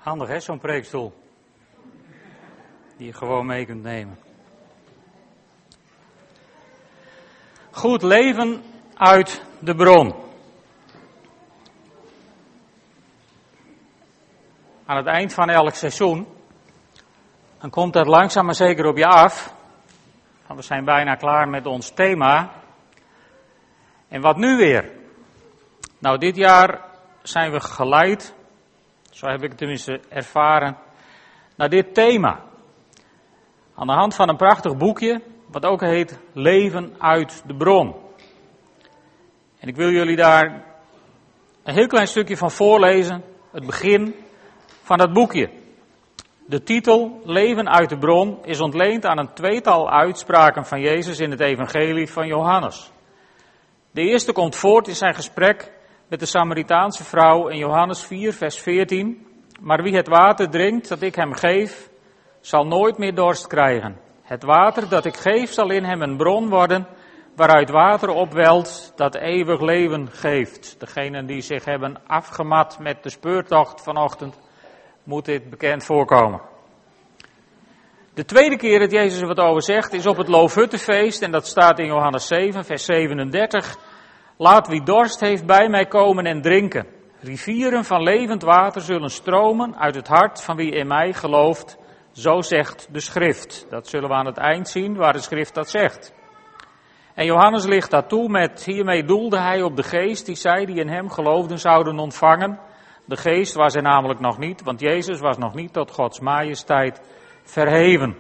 Handig hè, zo'n preekstoel. Die je gewoon mee kunt nemen. Goed leven uit de bron. Aan het eind van elk seizoen, dan komt dat langzaam maar zeker op je af. We zijn bijna klaar met ons thema. En wat nu weer? Nou, dit jaar zijn we geleid, zo heb ik het tenminste ervaren, naar dit thema. Aan de hand van een prachtig boekje, wat ook heet Leven uit de bron. En ik wil jullie daar een heel klein stukje van voorlezen, het begin van dat boekje. De titel Leven uit de bron is ontleend aan een tweetal uitspraken van Jezus in het evangelie van Johannes. De eerste komt voort in zijn gesprek met de Samaritaanse vrouw in Johannes 4 vers 14. Maar wie het water drinkt dat ik hem geef, zal nooit meer dorst krijgen. Het water dat ik geef zal in hem een bron worden, waaruit water opwelt dat eeuwig leven geeft. Degenen die zich hebben afgemat met de speurtocht vanochtend, moet dit bekend voorkomen. De tweede keer dat Jezus er wat over zegt is op het Loofhuttenfeest en dat staat in Johannes 7 vers 37. Laat wie dorst heeft bij mij komen en drinken. Rivieren van levend water zullen stromen uit het hart van wie in mij gelooft. Zo zegt de schrift. Dat zullen we aan het eind zien waar de schrift dat zegt. En Johannes ligt daartoe met, hiermee doelde hij op de geest die zij die in hem geloofden zouden ontvangen. De geest was er namelijk nog niet, want Jezus was nog niet tot Gods majesteit verheven.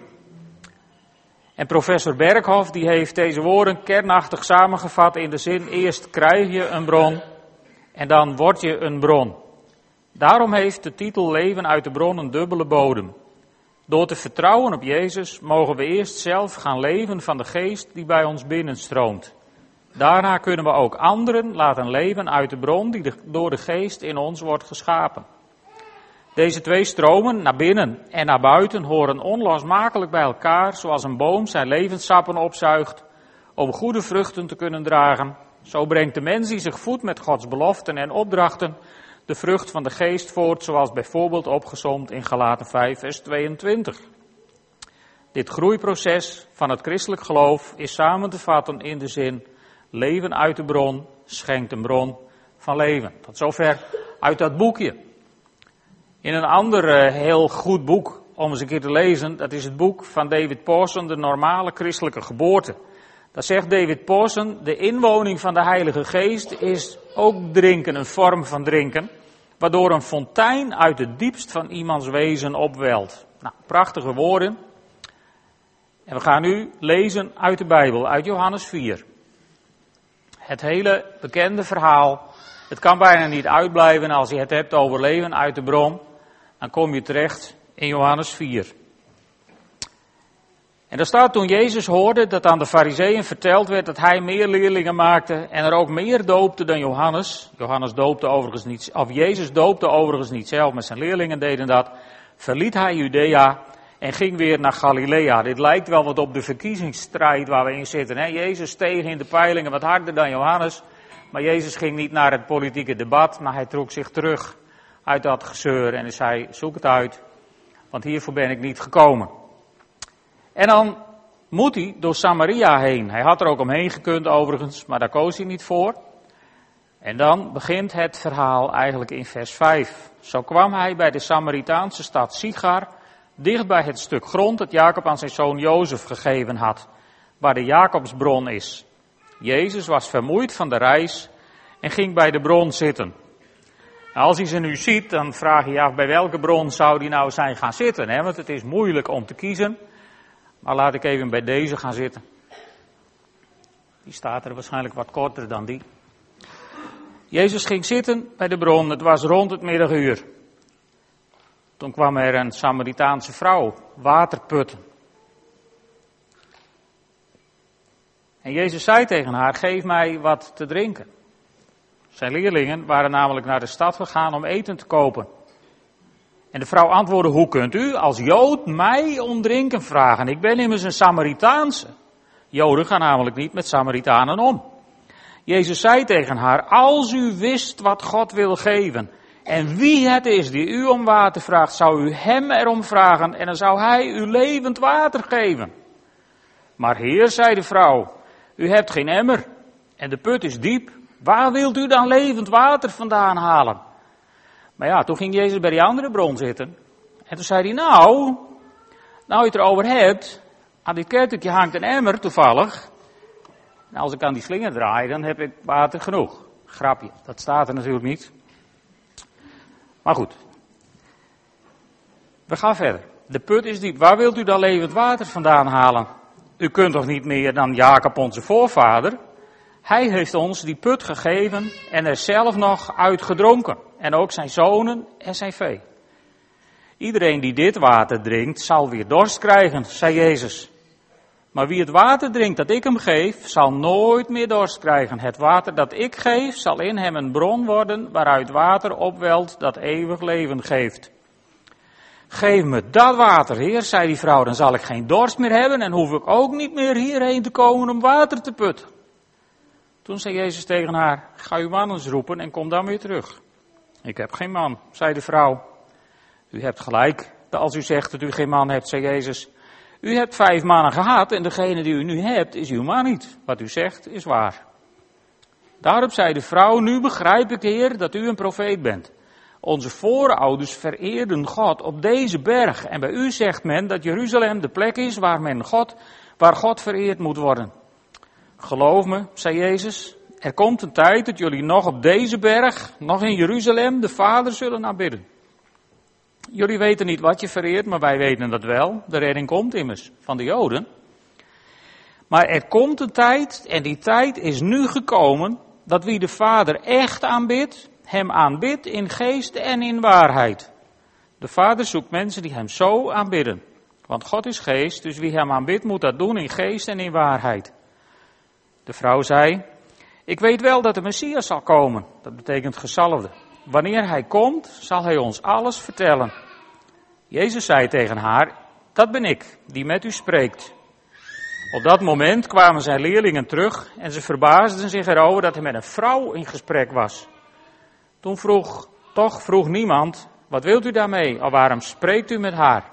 En professor Berghoff die heeft deze woorden kernachtig samengevat in de zin, eerst krijg je een bron en dan word je een bron. Daarom heeft de titel Leven uit de bron een dubbele bodem. Door te vertrouwen op Jezus mogen we eerst zelf gaan leven van de geest die bij ons binnenstroomt. Daarna kunnen we ook anderen laten leven uit de bron die door de geest in ons wordt geschapen. Deze twee stromen, naar binnen en naar buiten, horen onlosmakelijk bij elkaar, zoals een boom zijn levenssappen opzuigt om goede vruchten te kunnen dragen. Zo brengt de mens die zich voedt met Gods beloften en opdrachten de vrucht van de geest voort, zoals bijvoorbeeld opgesomd in Galaten 5 vers 22. Dit groeiproces van het christelijk geloof is samen te vatten in de zin, leven uit de bron schenkt een bron van leven. Tot zover uit dat boekje. In een ander heel goed boek om eens een keer te lezen, dat is het boek van David Pawson, De normale christelijke geboorte. Daar zegt David Pawson, de inwoning van de Heilige Geest is ook drinken, een vorm van drinken, waardoor een fontein uit het diepst van iemands wezen opwelt. Nou, prachtige woorden. En we gaan nu lezen uit de Bijbel, uit Johannes 4. Het hele bekende verhaal, het kan bijna niet uitblijven als je het hebt over leven uit de bron. Dan kom je terecht in Johannes 4. En daar staat toen Jezus hoorde dat aan de Farizeeën verteld werd dat hij meer leerlingen maakte en er ook meer doopte dan Johannes. Jezus doopte overigens niet zelf, maar zijn leerlingen deden dat. Verliet hij Judea en ging weer naar Galilea. Dit lijkt wel wat op de verkiezingsstrijd waar we in zitten. Hè? Jezus steeg in de peilingen wat harder dan Johannes. Maar Jezus ging niet naar het politieke debat, maar hij trok zich terug uit dat gezeur en hij zei, zoek het uit, want hiervoor ben ik niet gekomen. En dan moet hij door Samaria heen. Hij had er ook omheen gekund overigens, maar daar koos hij niet voor. En dan begint het verhaal eigenlijk in vers 5. Zo kwam hij bij de Samaritaanse stad Sichar, dicht bij het stuk grond dat Jacob aan zijn zoon Jozef gegeven had, waar de Jacobsbron is. Jezus was vermoeid van de reis en ging bij de bron zitten. Nou, als hij ze nu ziet, dan vraag je je af bij welke bron zou hij nou zijn gaan zitten. Hè? Want het is moeilijk om te kiezen. Maar laat ik even bij deze gaan zitten. Die staat er waarschijnlijk wat korter dan die. Jezus ging zitten bij de bron. Het was rond het middaguur. Toen kwam er een Samaritaanse vrouw water putten. En Jezus zei tegen haar, geef mij wat te drinken. Zijn leerlingen waren namelijk naar de stad gegaan om eten te kopen. En de vrouw antwoordde, hoe kunt u als Jood mij om drinken vragen? Ik ben immers een Samaritaanse. Joden gaan namelijk niet met Samaritanen om. Jezus zei tegen haar, als u wist wat God wil geven En wie het is die u om water vraagt, zou u hem erom vragen en dan zou hij u levend water geven. Maar heer, zei de vrouw, u hebt geen emmer en de put is diep. Waar wilt u dan levend water vandaan halen? Maar ja, toen ging Jezus bij die andere bron zitten. En toen zei hij, nou je het erover hebt, aan dit kettingje hangt een emmer toevallig. En als ik aan die slinger draai, dan heb ik water genoeg. Grapje, dat staat er natuurlijk niet. Maar goed, we gaan verder. De put is diep. Waar wilt u dan levend water vandaan halen? U kunt toch niet meer dan Jacob onze voorvader? Hij heeft ons die put gegeven en er zelf nog uit gedronken. En ook zijn zonen en zijn vee. Iedereen die dit water drinkt, zal weer dorst krijgen, zei Jezus. Maar wie het water drinkt dat ik hem geef, zal nooit meer dorst krijgen. Het water dat ik geef, zal in hem een bron worden waaruit water opwelt dat eeuwig leven geeft. Geef me dat water, Heer, zei die vrouw, dan zal ik geen dorst meer hebben en hoef ik ook niet meer hierheen te komen om water te putten. Toen zei Jezus tegen haar, ga uw man eens roepen en kom dan weer terug. Ik heb geen man, zei de vrouw. U hebt gelijk, als u zegt dat u geen man hebt, zei Jezus. U hebt 5 mannen gehad en degene die u nu hebt is uw man niet. Wat u zegt is waar. Daarop zei de vrouw, nu begrijp ik, Heer, dat u een profeet bent. Onze voorouders vereerden God op deze berg. En bij u zegt men dat Jeruzalem de plek is waar God vereerd moet worden. Geloof me, zei Jezus, er komt een tijd dat jullie nog op deze berg, nog in Jeruzalem, de Vader zullen aanbidden. Jullie weten niet wat je vereert, maar wij weten dat wel. De redding komt immers van de Joden. Maar er komt een tijd, en die tijd is nu gekomen, dat wie de Vader echt aanbidt, hem aanbidt in geest en in waarheid. De Vader zoekt mensen die hem zo aanbidden. Want God is geest, dus wie hem aanbidt moet dat doen in geest en in waarheid. De vrouw zei, ik weet wel dat de Messias zal komen. Dat betekent gezalfde. Wanneer hij komt, zal hij ons alles vertellen. Jezus zei tegen haar, dat ben ik, die met u spreekt. Op dat moment kwamen zijn leerlingen terug en ze verbaasden zich erover dat hij met een vrouw in gesprek was. Toen vroeg niemand, wat wilt u daarmee, of waarom spreekt u met haar?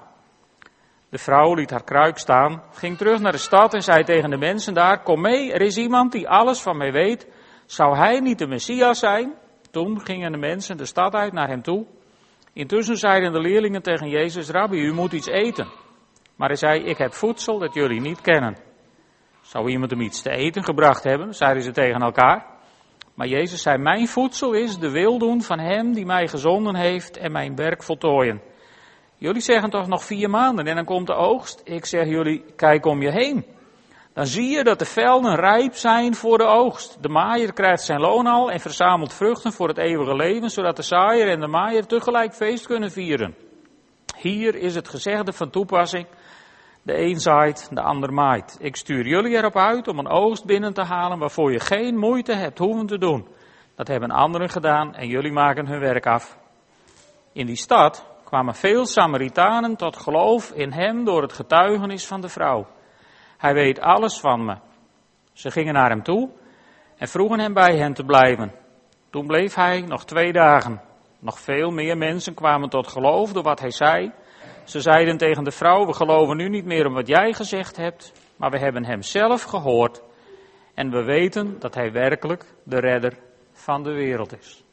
De vrouw liet haar kruik staan, ging terug naar de stad en zei tegen de mensen daar, kom mee, er is iemand die alles van mij weet. Zou hij niet de Messias zijn? Toen gingen de mensen de stad uit naar hem toe. Intussen zeiden de leerlingen tegen Jezus, Rabbi, u moet iets eten. Maar hij zei, ik heb voedsel dat jullie niet kennen. Zou iemand hem iets te eten gebracht hebben, zeiden ze tegen elkaar. Maar Jezus zei, mijn voedsel is de wil doen van hem die mij gezonden heeft en mijn werk voltooien. Jullie zeggen toch nog 4 maanden en dan komt de oogst. Ik zeg jullie, kijk om je heen. Dan zie je dat de velden rijp zijn voor de oogst. De maaier krijgt zijn loon al en verzamelt vruchten voor het eeuwige leven, zodat de zaaier en de maaier tegelijk feest kunnen vieren. Hier is het gezegde van toepassing. De een zaait, de ander maait. Ik stuur jullie erop uit om een oogst binnen te halen waarvoor je geen moeite hebt hoeven te doen. Dat hebben anderen gedaan en jullie maken hun werk af. In die stad kwamen veel Samaritanen tot geloof in hem door het getuigenis van de vrouw. Hij weet alles van me. Ze gingen naar hem toe en vroegen hem bij hen te blijven. Toen bleef hij nog 2 dagen. Nog veel meer mensen kwamen tot geloof door wat hij zei. Ze zeiden tegen de vrouw, we geloven nu niet meer om wat jij gezegd hebt, maar we hebben hem zelf gehoord. En we weten dat hij werkelijk de redder van de wereld is.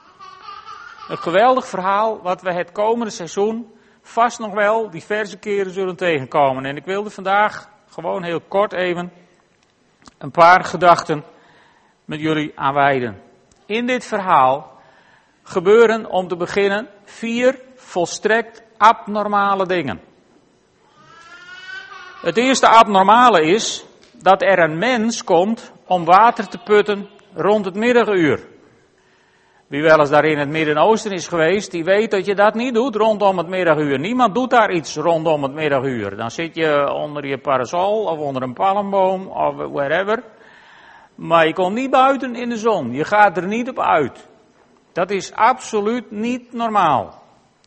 Een geweldig verhaal wat we het komende seizoen vast nog wel diverse keren zullen tegenkomen. En ik wilde vandaag gewoon heel kort even een paar gedachten met jullie aanwijden. In dit verhaal gebeuren om te beginnen 4 volstrekt abnormale dingen. Het eerste abnormale is dat er een mens komt om water te putten rond het middaguur. Wie wel eens daar in het Midden-Oosten is geweest, die weet dat je dat niet doet rondom het middaguur. Niemand doet daar iets rondom het middaguur. Dan zit je onder je parasol of onder een palmboom of wherever. Maar je komt niet buiten in de zon. Je gaat er niet op uit. Dat is absoluut niet normaal.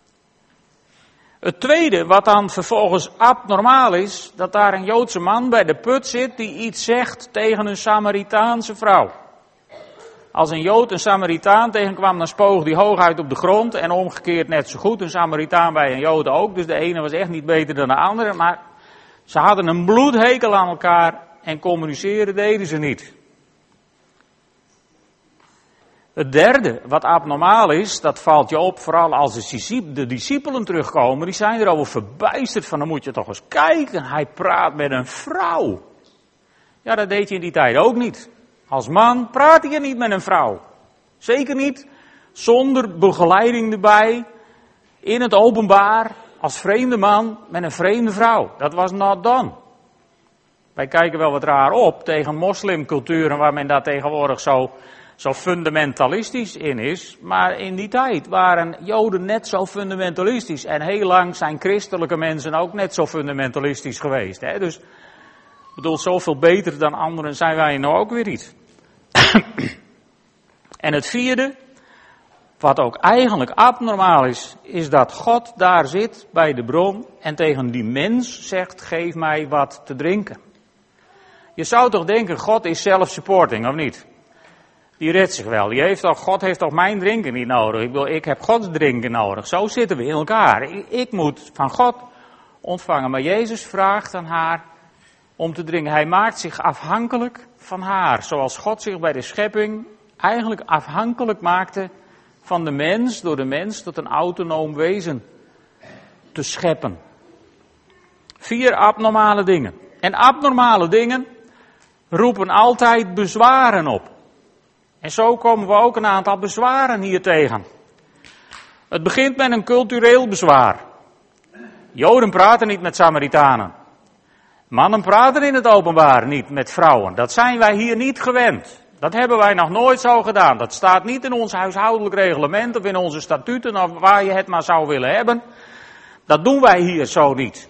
Het tweede wat dan vervolgens abnormaal is, dat daar een Joodse man bij de put zit die iets zegt tegen een Samaritaanse vrouw. Als een Jood een Samaritaan tegenkwam, dan spoog die hooguit op de grond. En omgekeerd net zo goed, een Samaritaan bij een Jood ook. Dus de ene was echt niet beter dan de andere. Maar ze hadden een bloedhekel aan elkaar en communiceren deden ze niet. Het derde, wat abnormaal is, dat valt je op, vooral als de discipelen terugkomen, die zijn erover verbijsterd van, dan moet je toch eens kijken, hij praat met een vrouw. Ja, dat deed je in die tijd ook niet. Als man praat je niet met een vrouw. Zeker niet zonder begeleiding erbij, in het openbaar, als vreemde man met een vreemde vrouw. Dat was not done. Wij kijken wel wat raar op tegen moslimculturen waar men daar tegenwoordig zo fundamentalistisch in is. Maar in die tijd waren Joden net zo fundamentalistisch. En heel lang zijn christelijke mensen ook net zo fundamentalistisch geweest. Hè? Dus, ik bedoel, zoveel beter dan anderen zijn wij nou ook weer niet. En het vierde, wat ook eigenlijk abnormaal is dat God daar zit bij de bron en tegen die mens zegt, geef mij wat te drinken. Je zou toch denken, God is self-supporting, of niet? Die redt zich wel. God heeft toch mijn drinken niet nodig? Ik bedoel, ik heb Gods drinken nodig. Zo zitten we in elkaar. Ik moet van God ontvangen. Maar Jezus vraagt aan haar om te drinken. Hij maakt zich afhankelijk van haar. Zoals God zich bij de schepping eigenlijk afhankelijk maakte van de mens. Door de mens tot een autonoom wezen te scheppen. 4 abnormale dingen. En abnormale dingen roepen altijd bezwaren op. En zo komen we ook een aantal bezwaren hier tegen. Het begint met een cultureel bezwaar. Joden praten niet met Samaritanen. Mannen praten in het openbaar niet met vrouwen. Dat zijn wij hier niet gewend. Dat hebben wij nog nooit zo gedaan. Dat staat niet in ons huishoudelijk reglement of in onze statuten of waar je het maar zou willen hebben. Dat doen wij hier zo niet.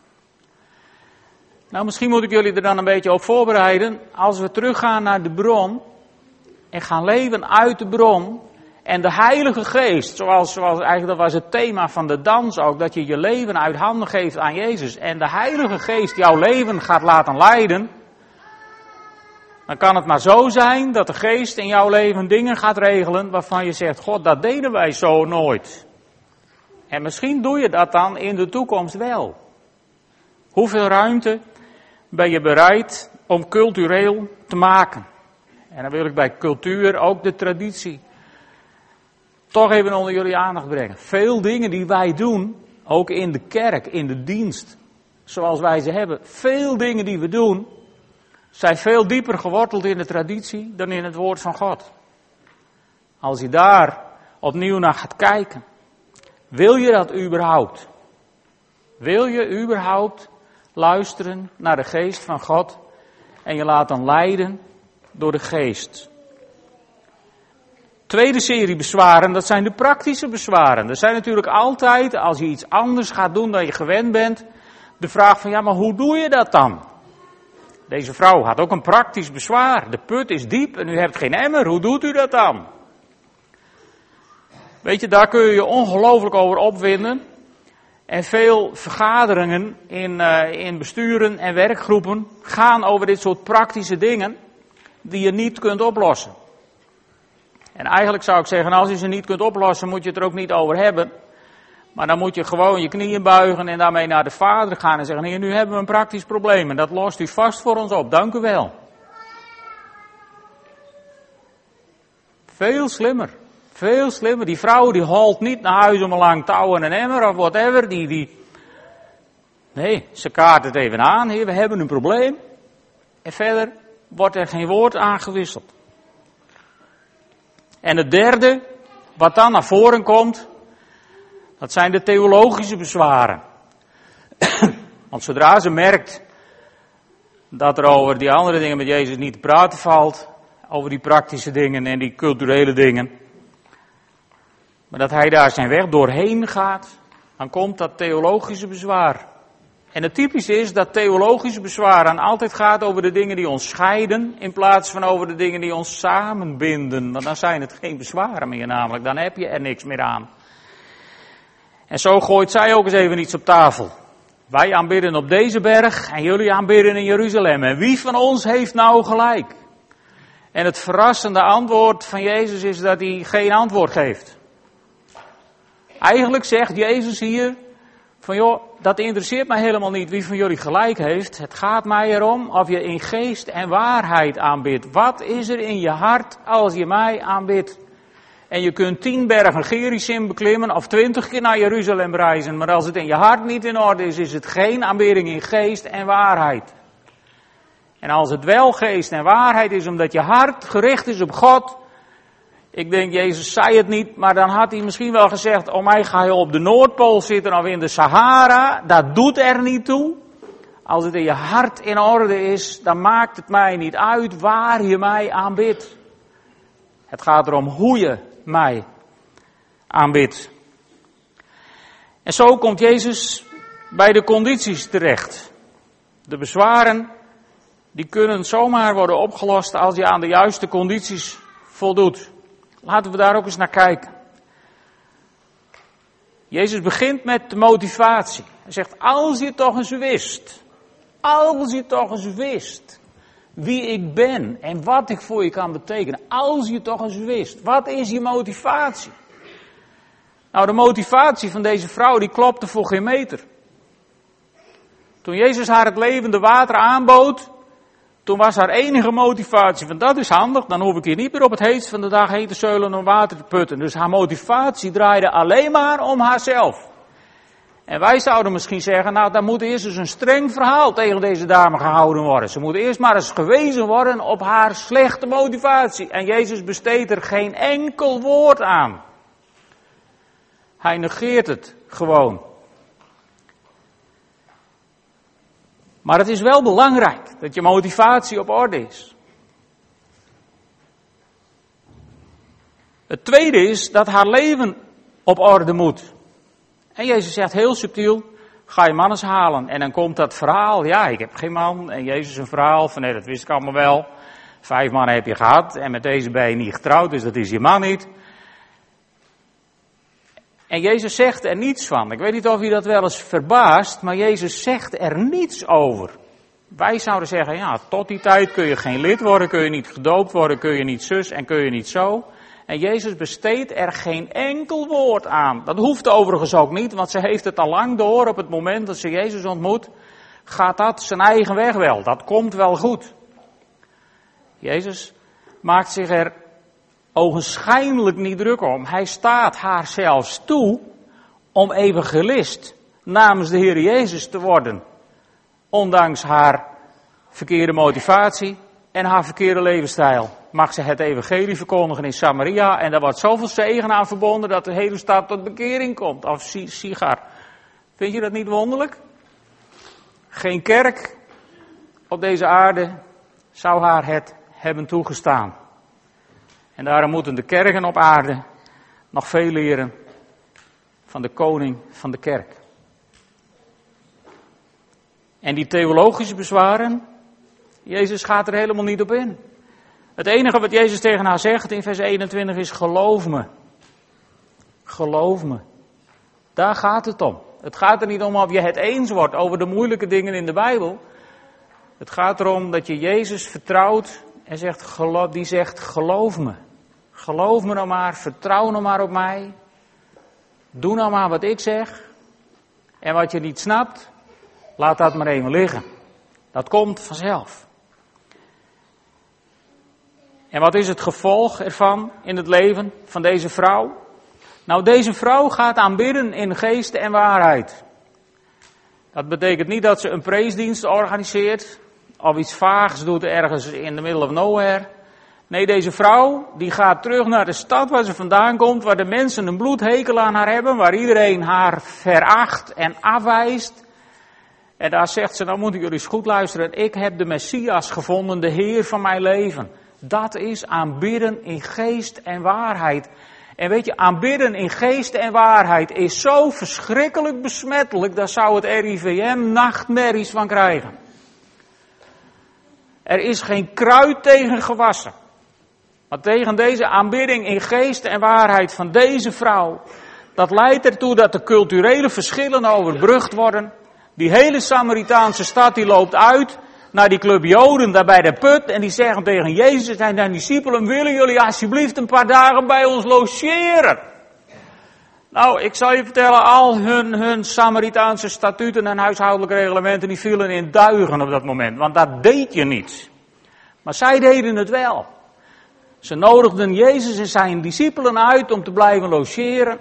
Nou, misschien moet ik jullie er dan een beetje op voorbereiden. Als we teruggaan naar de bron en gaan leven uit de bron en de Heilige Geest, zoals eigenlijk dat was het thema van de dans ook, dat je je leven uit handen geeft aan Jezus en de Heilige Geest jouw leven gaat laten leiden, dan kan het maar zo zijn dat de Geest in jouw leven dingen gaat regelen waarvan je zegt, God, dat deden wij zo nooit. En misschien doe je dat dan in de toekomst wel. Hoeveel ruimte ben je bereid om cultureel te maken? En dan wil ik bij cultuur ook de traditie toch even onder jullie aandacht brengen. Veel dingen die wij doen, ook in de kerk, in de dienst, zoals wij ze hebben. Veel dingen die we doen, zijn veel dieper geworteld in de traditie dan in het woord van God. Als je daar opnieuw naar gaat kijken, wil je dat überhaupt? Wil je überhaupt luisteren naar de geest van God en je laten leiden door de geest? Tweede serie bezwaren, dat zijn de praktische bezwaren. Er zijn natuurlijk altijd, als je iets anders gaat doen dan je gewend bent, de vraag van, ja, maar hoe doe je dat dan? Deze vrouw had ook een praktisch bezwaar. De put is diep en u hebt geen emmer. Hoe doet u dat dan? Weet je, daar kun je je ongelooflijk over opwinden. En veel vergaderingen in besturen en werkgroepen gaan over dit soort praktische dingen die je niet kunt oplossen. En eigenlijk zou ik zeggen, als je ze niet kunt oplossen, moet je het er ook niet over hebben. Maar dan moet je gewoon je knieën buigen en daarmee naar de Vader gaan en zeggen, Heer, nu hebben we een praktisch probleem en dat lost u vast voor ons op. Dank u wel. Veel slimmer. Veel slimmer. Die vrouw die holt niet naar huis om een lang touw en een emmer of whatever. Nee, ze kaart het even aan. Heer, we hebben een probleem. En verder wordt er geen woord aangewisseld. En het derde, wat dan naar voren komt, dat zijn de theologische bezwaren. Want zodra ze merkt dat er over die andere dingen met Jezus niet te praten valt, over die praktische dingen en die culturele dingen, maar dat hij daar zijn weg doorheen gaat, dan komt dat theologische bezwaar. En het typische is dat theologische bezwaar dan altijd gaat over de dingen die ons scheiden, in plaats van over de dingen die ons samenbinden. Want dan zijn het geen bezwaren meer namelijk, dan heb je er niks meer aan. En zo gooit zij ook eens even iets op tafel. Wij aanbidden op deze berg en jullie aanbidden in Jeruzalem. En wie van ons heeft nou gelijk? En het verrassende antwoord van Jezus is dat hij geen antwoord geeft. Eigenlijk zegt Jezus hier van joh, dat interesseert mij helemaal niet wie van jullie gelijk heeft. Het gaat mij erom of je in geest en waarheid aanbidt. Wat is er in je hart als je mij aanbidt? En je kunt 10 bergen Gerizim beklimmen of 20 keer naar Jeruzalem reizen. Maar als het in je hart niet in orde is, is het geen aanbidding in geest en waarheid. En als het wel geest en waarheid is, omdat je hart gericht is op God. Ik denk, Jezus zei het niet, maar dan had hij misschien wel gezegd, oh mij ga je op de Noordpool zitten of in de Sahara. Dat doet er niet toe. Als het in je hart in orde is, dan maakt het mij niet uit waar je mij aanbidt. Het gaat erom hoe je mij aanbidt. En zo komt Jezus bij de condities terecht. De bezwaren, die kunnen zomaar worden opgelost als je aan de juiste condities voldoet. Laten we daar ook eens naar kijken. Jezus begint met de motivatie. Hij zegt, als je toch eens wist wie ik ben en wat ik voor je kan betekenen. Als je toch eens wist, wat is je motivatie? Nou, de motivatie van deze vrouw, die klopte voor geen meter. Toen Jezus haar het levende water aanbood, toen was haar enige motivatie van dat is handig, dan hoef ik hier niet meer op het heetst van de dag heen te zeulen om water te putten. Dus haar motivatie draaide alleen maar om haarzelf. En wij zouden misschien zeggen, nou dan moet eerst eens een streng verhaal tegen deze dame gehouden worden. Ze moet eerst maar eens gewezen worden op haar slechte motivatie. En Jezus besteedt er geen enkel woord aan. Hij negeert het gewoon. Maar het is wel belangrijk dat je motivatie op orde is. Het tweede is dat haar leven op orde moet. En Jezus zegt heel subtiel, ga je man eens halen. En dan komt dat verhaal, ja ik heb geen man. En Jezus een verhaal van nee dat wist ik allemaal wel. 5 mannen heb je gehad en met deze ben je niet getrouwd, dus dat is je man niet. En Jezus zegt er niets van. Ik weet niet of u dat wel eens verbaast, maar Jezus zegt er niets over. Wij zouden zeggen, ja, tot die tijd kun je geen lid worden, kun je niet gedoopt worden, kun je niet zus en kun je niet zo. En Jezus besteedt er geen enkel woord aan. Dat hoeft overigens ook niet, want ze heeft het al lang door. Op het moment dat ze Jezus ontmoet, gaat dat zijn eigen weg wel. Dat komt wel goed. Jezus maakt zich er ogenschijnlijk niet druk om. Hij staat haar zelfs toe om evangelist namens de Heer Jezus te worden. Ondanks haar verkeerde motivatie en haar verkeerde levensstijl. Mag ze het evangelie verkondigen in Samaria en daar wordt zoveel zegen aan verbonden dat de hele stad tot bekering komt. Of Sigar. Vind je dat niet wonderlijk? Geen kerk op deze aarde zou haar het hebben toegestaan. En daarom moeten de kerken op aarde nog veel leren van de koning van de kerk. En die theologische bezwaren, Jezus gaat er helemaal niet op in. Het enige wat Jezus tegen haar zegt in vers 21 is geloof me. Geloof me. Daar gaat het om. Het gaat er niet om of je het eens wordt over de moeilijke dingen in de Bijbel. Het gaat erom dat je Jezus vertrouwt en zegt geloof me. Geloof me nou maar, vertrouw nou maar op mij. Doe nou maar wat ik zeg. En wat je niet snapt, laat dat maar even liggen. Dat komt vanzelf. En wat is het gevolg ervan in het leven van deze vrouw? Nou, deze vrouw gaat aanbidden in geest en waarheid. Dat betekent niet dat ze een preesdienst organiseert of iets vaags doet ergens in the middle of nowhere. Nee, deze vrouw die gaat terug naar de stad waar ze vandaan komt, waar de mensen een bloedhekel aan haar hebben, waar iedereen haar veracht en afwijst. En daar zegt ze, nou moeten jullie eens goed luisteren, ik heb de Messias gevonden, de Heer van mijn leven. Dat is aanbidden in geest en waarheid. En weet je, aanbidden in geest en waarheid is zo verschrikkelijk besmettelijk, daar zou het RIVM nachtmerries van krijgen. Er is geen kruid tegen gewassen. Maar tegen deze aanbidding in geest en waarheid van deze vrouw, dat leidt ertoe dat de culturele verschillen overbrugd worden. Die hele Samaritaanse stad die loopt uit naar die club Joden daar bij de put en die zeggen tegen Jezus en zijn discipelen, willen jullie alsjeblieft een paar dagen bij ons logeren? Nou, ik zal je vertellen, al hun Samaritaanse statuten en huishoudelijke reglementen, die vielen in duigen op dat moment, want dat deed je niet. Maar zij deden het wel. Ze nodigden Jezus en zijn discipelen uit om te blijven logeren.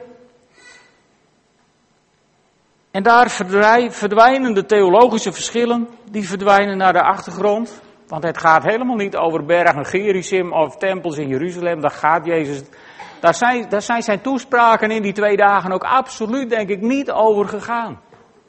En daar verdwijnen de theologische verschillen, die verdwijnen naar de achtergrond. Want het gaat helemaal niet over bergen Gerizim of tempels in Jeruzalem, daar gaat Jezus. Daar zijn zijn toespraken in die 2 dagen ook absoluut, denk ik, niet over gegaan.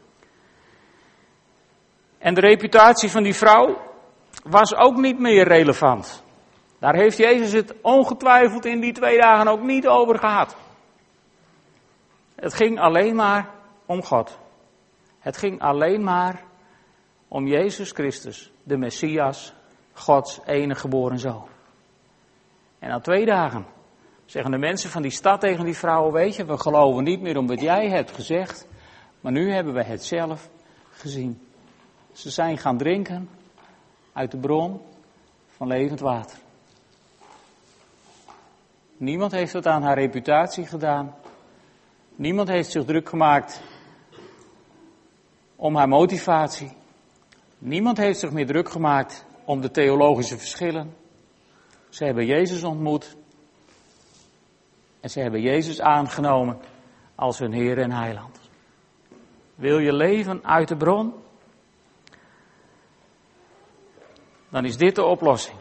En de reputatie van die vrouw was ook niet meer relevant. Daar heeft Jezus het ongetwijfeld in die 2 dagen ook niet over gehad. Het ging alleen maar om God. Het ging alleen maar om Jezus Christus, de Messias, Gods enige geboren Zoon. En na 2 dagen zeggen de mensen van die stad tegen die vrouw, weet je, we geloven niet meer om wat jij hebt gezegd, maar nu hebben we het zelf gezien. Ze zijn gaan drinken uit de bron van levend water. Niemand heeft het aan haar reputatie gedaan. Niemand heeft zich druk gemaakt om haar motivatie. Niemand heeft zich meer druk gemaakt om de theologische verschillen. Ze hebben Jezus ontmoet. En ze hebben Jezus aangenomen als hun Heer en Heiland. Wil je leven uit de bron? Dan is dit de oplossing.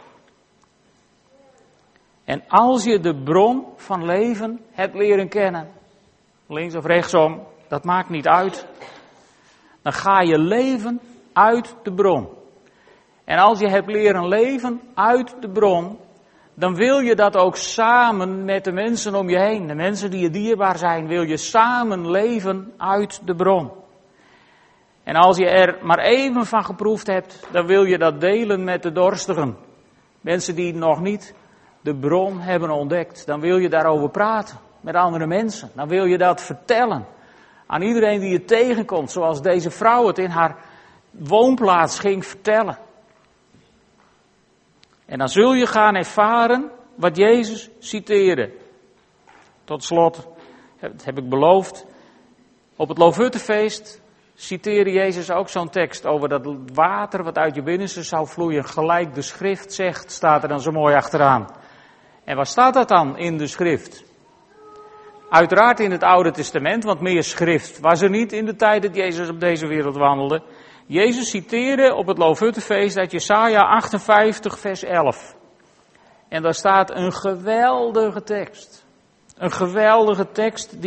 En als je de bron van leven hebt leren kennen, links of rechtsom, dat maakt niet uit, dan ga je leven uit de bron. En als je hebt leren leven uit de bron, dan wil je dat ook samen met de mensen om je heen. De mensen die je dierbaar zijn, wil je samen leven uit de bron. En als je er maar even van geproefd hebt, dan wil je dat delen met de dorstigen. Mensen die nog niet de bron hebben ontdekt. Dan wil je daarover praten met andere mensen. Dan wil je dat vertellen aan iedereen die je tegenkomt. Zoals deze vrouw het in haar woonplaats ging vertellen. En dan zul je gaan ervaren wat Jezus citeerde. Tot slot, dat heb ik beloofd, op het Loofhuttenfeest citeerde Jezus ook zo'n tekst over dat water wat uit je binnenste zou vloeien. Gelijk de schrift zegt, staat er dan zo mooi achteraan. En waar staat dat dan in de schrift? Uiteraard in het Oude Testament, want meer schrift was er niet in de tijd dat Jezus op deze wereld wandelde. Jezus citeerde op het Loofhuttenfeest uit Jesaja 58 vers 11. En daar staat een geweldige tekst. Een geweldige tekst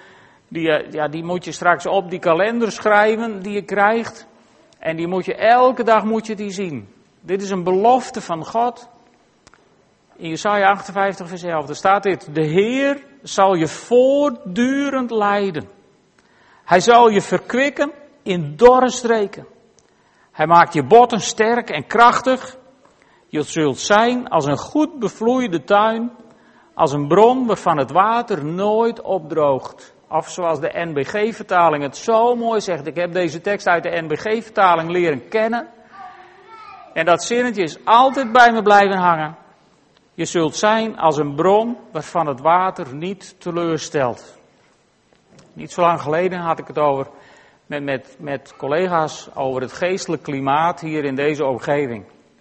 die moet je straks op die kalender schrijven die je krijgt. En die moet je elke dag die zien. Dit is een belofte van God. In Jesaja 58 vers 11, daar staat dit. De Heer zal je voortdurend leiden. Hij zal je verkwikken in dorre streken. Hij maakt je botten sterk en krachtig. Je zult zijn als een goed bevloeide tuin. Als een bron waarvan het water nooit opdroogt. Of zoals de NBG-vertaling het zo mooi zegt. Ik heb deze tekst uit de NBG-vertaling leren kennen. En dat zinnetje is altijd bij me blijven hangen. Je zult zijn als een bron waarvan het water niet teleurstelt. Niet zo lang geleden had ik het over met collega's over het geestelijk klimaat hier in deze omgeving.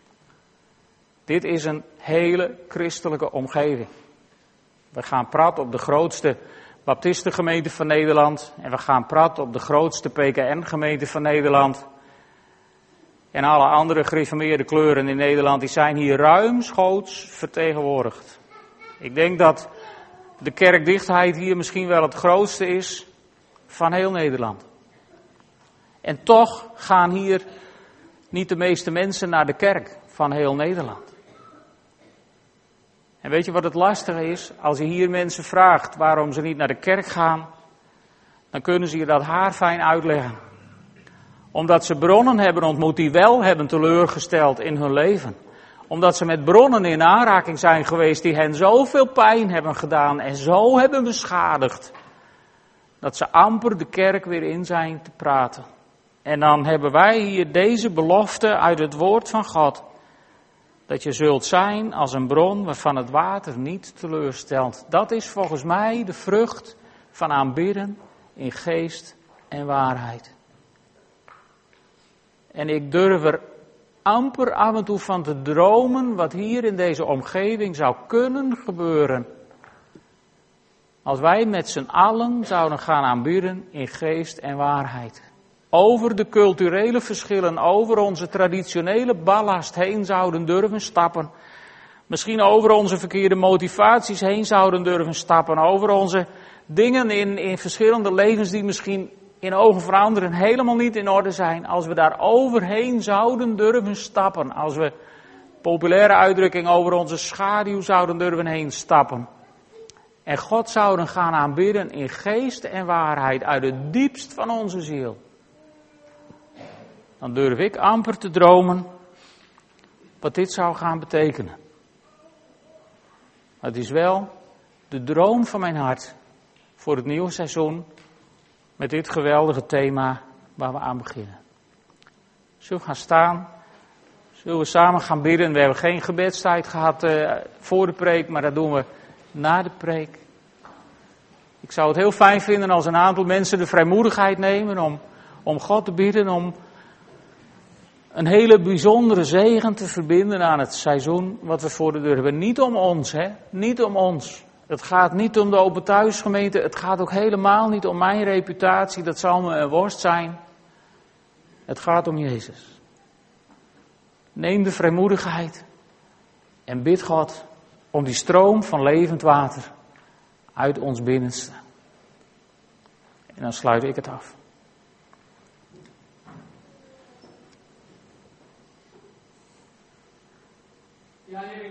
Dit is een hele christelijke omgeving. We gaan praten op de grootste baptistengemeente van Nederland. En we gaan praten op de grootste PKN-gemeente van Nederland. En alle andere gereformeerde kleuren in Nederland, die zijn hier ruimschoots vertegenwoordigd. Ik denk dat de kerkdichtheid hier misschien wel het grootste is van heel Nederland. En toch gaan hier niet de meeste mensen naar de kerk van heel Nederland. En weet je wat het lastige is? Als je hier mensen vraagt waarom ze niet naar de kerk gaan, dan kunnen ze je dat haarfijn uitleggen. Omdat ze bronnen hebben ontmoet die wel hebben teleurgesteld in hun leven. Omdat ze met bronnen in aanraking zijn geweest die hen zoveel pijn hebben gedaan en zo hebben beschadigd. Dat ze amper de kerk weer in zijn te praten. En dan hebben wij hier deze belofte uit het woord van God. Dat je zult zijn als een bron waarvan het water niet teleurstelt. Dat is volgens mij de vrucht van aanbidden in geest en waarheid. En ik durf er amper af en toe van te dromen wat hier in deze omgeving zou kunnen gebeuren. Als wij met z'n allen zouden gaan aanbidden in geest en waarheid. Over de culturele verschillen, over onze traditionele ballast heen zouden durven stappen. Misschien over onze verkeerde motivaties heen zouden durven stappen. Over onze dingen in verschillende levens die misschien in ogen van anderen helemaal niet in orde zijn. Als we daar overheen zouden durven stappen. Als we, populaire uitdrukking, over onze schaduw zouden durven heen stappen. En God zouden gaan aanbidden in geest en waarheid uit het diepst van onze ziel. Dan durf ik amper te dromen wat dit zou gaan betekenen. Het is wel de droom van mijn hart voor het nieuwe seizoen met dit geweldige thema waar we aan beginnen. Zullen we gaan staan? Zullen we samen gaan bidden? We hebben geen gebedstijd gehad voor de preek, maar dat doen we na de preek. Ik zou het heel fijn vinden als een aantal mensen de vrijmoedigheid nemen om God te bidden, om een hele bijzondere zegen te verbinden aan het seizoen wat we voor de deur hebben. Niet om ons, niet om ons. Het gaat niet om de Open Thuisgemeente, het gaat ook helemaal niet om mijn reputatie, dat zal me een worst zijn. Het gaat om Jezus. Neem de vrijmoedigheid en bid God om die stroom van levend water uit ons binnenste. En dan sluit ik het af.